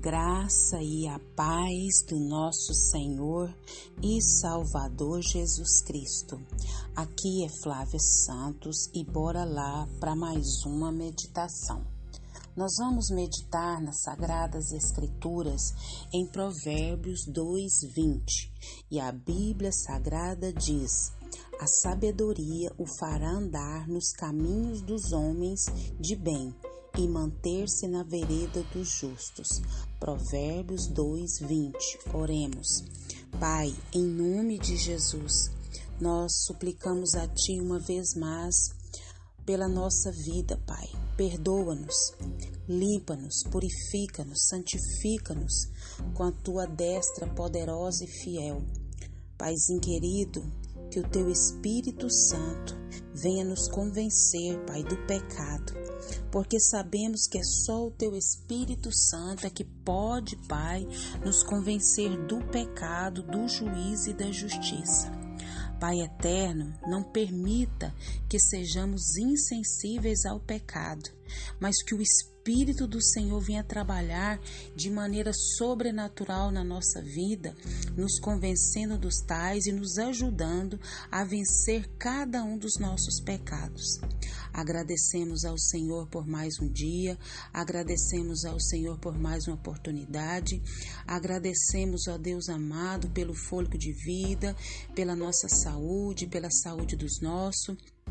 graça e a paz do nosso Senhor e Salvador Jesus Cristo. Aqui é Flávia Santos e bora lá para mais uma meditação. Nós vamos meditar nas Sagradas Escrituras em Provérbios 2:20 e a Bíblia Sagrada diz: a sabedoria o fará andar nos caminhos dos homens de bem e manter-se na vereda dos justos. Provérbios 2:20. Oremos. Pai, em nome de Jesus, nós suplicamos a Ti uma vez mais pela nossa vida, Pai. Perdoa-nos, limpa-nos, purifica-nos, santifica-nos com a Tua destra poderosa e fiel. Paizinho querido, que o Teu Espírito Santo venha nos convencer, Pai, do pecado, porque sabemos que é só o Teu Espírito Santo é que pode, Pai, nos convencer do pecado, do juízo e da justiça. Pai eterno, não permita que sejamos insensíveis ao pecado, mas que o Espírito do Senhor venha trabalhar de maneira sobrenatural na nossa vida, nos convencendo dos tais e nos ajudando a vencer cada um dos nossos pecados. Agradecemos ao Senhor por mais um dia, agradecemos ao Senhor por mais uma oportunidade, agradecemos ao Deus amado pelo fôlego de vida, pela nossa saúde, pela saúde dos nossos.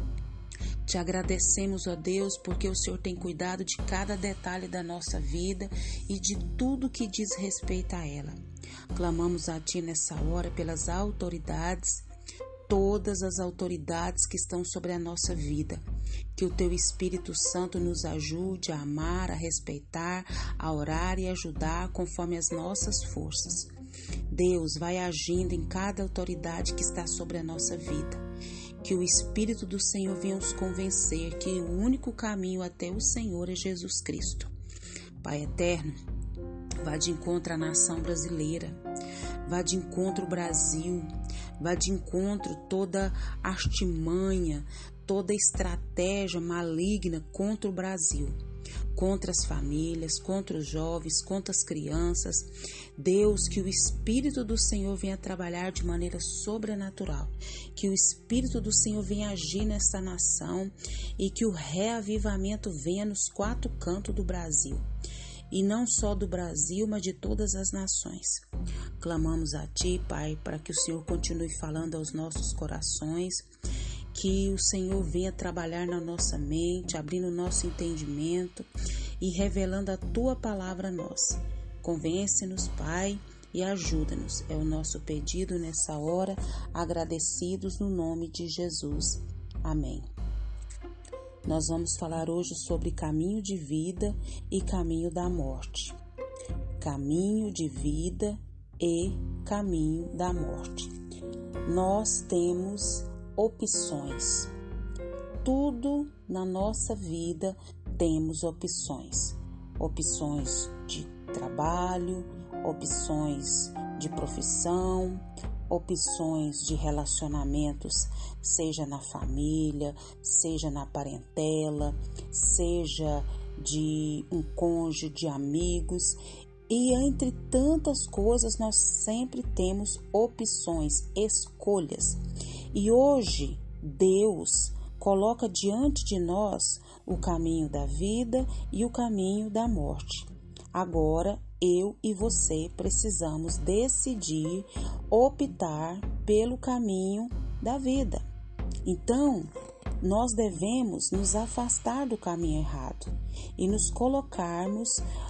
Te agradecemos, ó Deus, porque o Senhor tem cuidado de cada detalhe da nossa vida e de tudo que diz respeito a ela. Clamamos a Ti nessa hora pelas autoridades, todas as autoridades que estão sobre a nossa vida. Que o Teu Espírito Santo nos ajude a amar, a respeitar, a orar e ajudar conforme as nossas forças. Deus vai agindo em cada autoridade que está sobre a nossa vida. Que o Espírito do Senhor venha nos convencer que o único caminho até o Senhor é Jesus Cristo. Pai eterno, vá de encontro à nação brasileira, vá de encontro ao Brasil, vá de encontro toda artimanha, toda estratégia maligna contra o Brasil, contra as famílias, contra os jovens, contra as crianças. Deus, que o Espírito do Senhor venha trabalhar de maneira sobrenatural, que o Espírito do Senhor venha agir nessa nação e que o reavivamento venha nos quatro cantos do Brasil. E não só do Brasil, mas de todas as nações. Clamamos a Ti, Pai, para que o Senhor continue falando aos nossos corações, que o Senhor venha trabalhar na nossa mente, abrindo o nosso entendimento e revelando a Tua palavra a nós. Convence-nos, Pai, e ajuda-nos. É o nosso pedido nessa hora, agradecidos no nome de Jesus. Amém. Nós vamos falar hoje sobre caminho de vida e caminho da morte. Caminho de vida e caminho da morte. Nós temos opções. Tudo na nossa vida temos opções. Opções de trabalho, opções de profissão, opções de relacionamentos, seja na família, seja na parentela, seja de um cônjuge, de amigos. E entre tantas coisas nós sempre temos opções, escolhas. E hoje Deus coloca diante de nós o caminho da vida e o caminho da morte. Agora eu e você precisamos decidir, optar pelo caminho da vida. Então, nós devemos nos afastar do caminho errado e nos colocarmos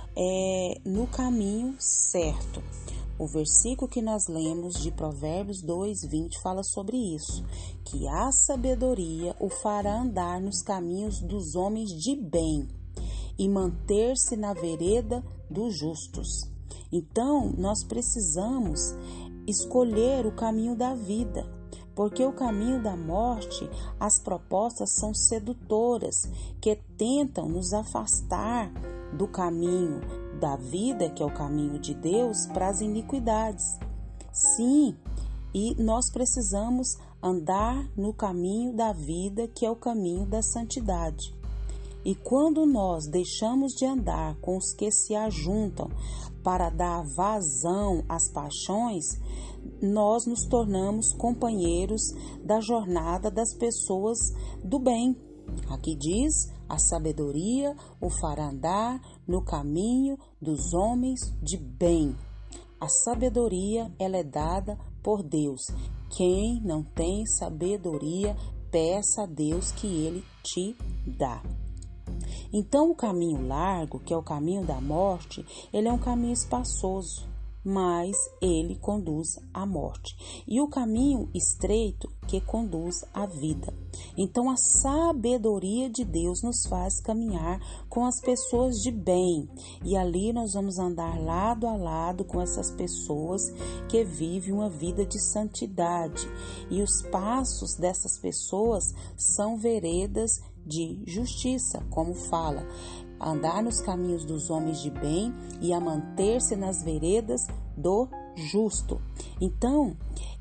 no caminho certo. O versículo que nós lemos de Provérbios 2:20 fala sobre isso, que a sabedoria o fará andar nos caminhos dos homens de bem e manter-se na vereda dos justos. Então, nós precisamos escolher o caminho da vida, porque o caminho da morte, as propostas são sedutoras, que tentam nos afastar do caminho da vida, que é o caminho de Deus, para as iniquidades. Sim, e nós precisamos andar no caminho da vida, que é o caminho da santidade. E quando nós deixamos de andar com os que se ajuntam para dar vazão às paixões, nós nos tornamos companheiros da jornada das pessoas do bem. Aqui diz: a sabedoria o fará andar no caminho dos homens de bem. A sabedoria, ela é dada por Deus. Quem não tem sabedoria, peça a Deus que Ele te dá. Então, o caminho largo, que é o caminho da morte, ele é um caminho espaçoso, mas ele conduz à morte. E o caminho estreito que conduz à vida. Então, a sabedoria de Deus nos faz caminhar com as pessoas de bem. E ali nós vamos andar lado a lado com essas pessoas que vivem uma vida de santidade. E os passos dessas pessoas são veredas de justiça, como fala, andar nos caminhos dos homens de bem e a manter-se nas veredas do justo. Então,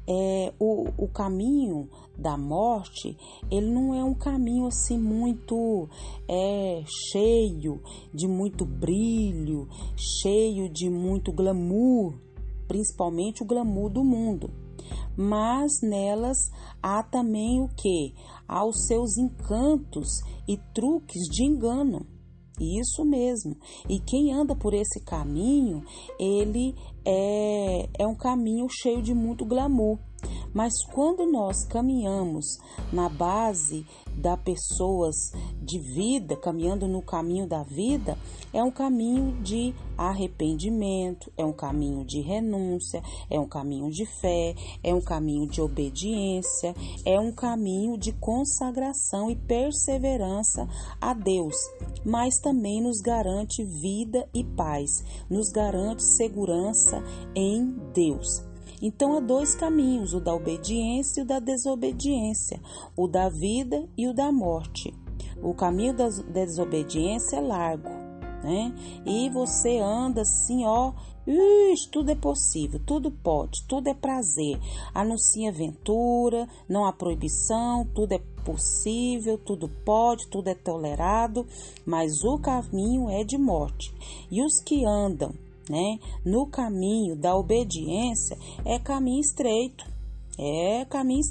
o caminho da morte, ele não é um caminho assim muito cheio de muito brilho, cheio de muito glamour, principalmente o glamour do mundo. Mas nelas há também o que? Há os seus encantos e truques de engano. Isso mesmo. E quem anda por esse caminho, ele é um caminho cheio de muito glamour. Mas quando nós caminhamos na base das pessoas de vida, caminhando no caminho da vida, é um caminho de arrependimento, é um caminho de renúncia, é um caminho de fé, é um caminho de obediência, é um caminho de consagração e perseverança a Deus, mas também nos garante vida e paz, nos garante segurança em Deus. Então, há dois caminhos, o da obediência e o da desobediência, o da vida e o da morte. O caminho da desobediência é largo, né? E você anda assim, tudo é possível, tudo pode, tudo é prazer. Anuncia aventura, não há proibição, tudo é possível, tudo pode, tudo é tolerado, mas o caminho é de morte. E os que andam no caminho da obediência é caminho estreito, é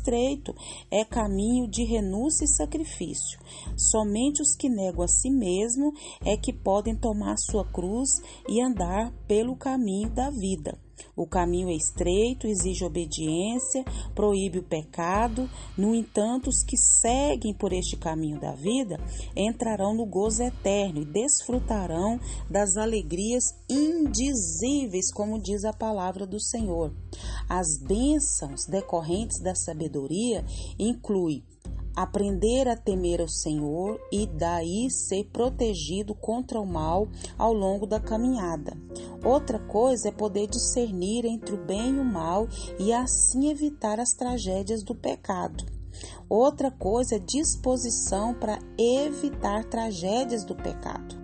caminho de renúncia e sacrifício. Somente os que negam a si mesmo é que podem tomar sua cruz e andar pelo caminho da vida. O caminho é estreito, exige obediência, proíbe o pecado. No entanto, os que seguem por este caminho da vida entrarão no gozo eterno e desfrutarão das alegrias indizíveis, como diz a palavra do Senhor. As bênçãos decorrentes da sabedoria incluem aprender a temer ao Senhor e daí ser protegido contra o mal ao longo da caminhada. Outra coisa é poder discernir entre o bem e o mal e assim evitar as tragédias do pecado. Outra coisa é disposição para evitar tragédias do pecado.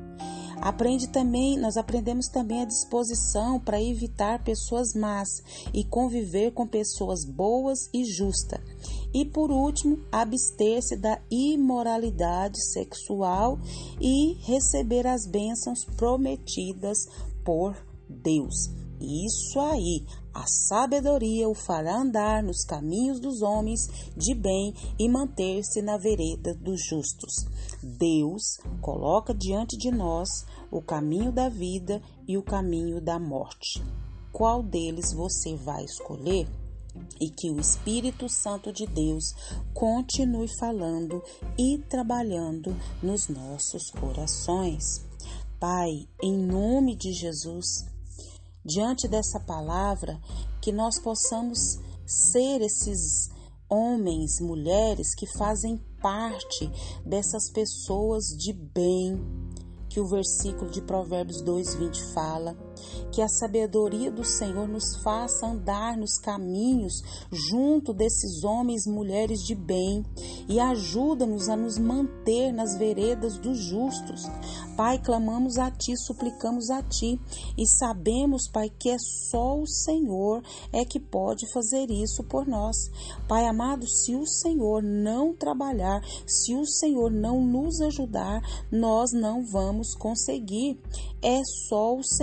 Nós aprendemos também a disposição para evitar pessoas más e conviver com pessoas boas e justas. E por último, abster-se da imoralidade sexual e receber as bênçãos prometidas por Deus. Isso aí, a sabedoria o fará andar nos caminhos dos homens de bem e manter-se na vereda dos justos. Deus coloca diante de nós o caminho da vida e o caminho da morte. Qual deles você vai escolher? E que o Espírito Santo de Deus continue falando e trabalhando nos nossos corações. Pai, em nome de Jesus, diante dessa palavra, que nós possamos ser esses homens, mulheres que fazem parte dessas pessoas de bem, que o versículo de Provérbios 2:20 fala, que a sabedoria do Senhor nos faça andar nos caminhos junto desses homens e mulheres de bem e ajuda-nos a nos manter nas veredas dos justos. Pai, clamamos a Ti, suplicamos a Ti e sabemos, Pai, que é só o Senhor que pode fazer isso por nós. Pai amado, se o Senhor não trabalhar, se o Senhor não nos ajudar, nós não vamos conseguir. É só o Senhor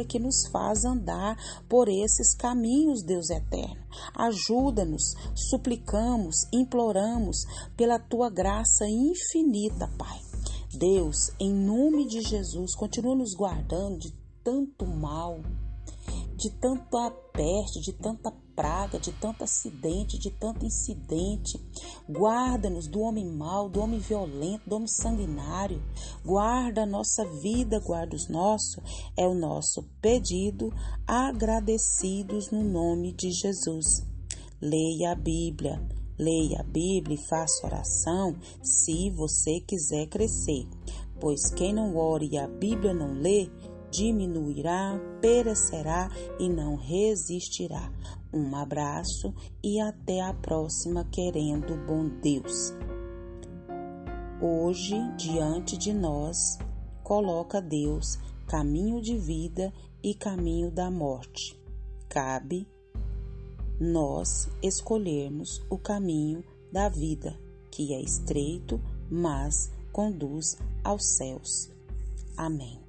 que nos faz andar por esses caminhos, Deus eterno. Ajuda-nos, suplicamos, imploramos pela tua graça infinita, Pai. Deus, em nome de Jesus, continua nos guardando de tanto mal, de tanta peste, de tanta praga, de tanto acidente, de tanto incidente. Guarda-nos do homem mau, do homem violento, do homem sanguinário. Guarda a nossa vida, guarda os nossos. É o nosso pedido, agradecidos no nome de Jesus. Leia a Bíblia e faça oração se você quiser crescer. Pois quem não ore e a Bíblia não lê, diminuirá, perecerá e não resistirá. Um abraço e até a próxima, querendo o bom Deus. Hoje, diante de nós, coloca Deus caminho de vida e caminho da morte. Cabe nós escolhermos o caminho da vida, que é estreito, mas conduz aos céus. Amém.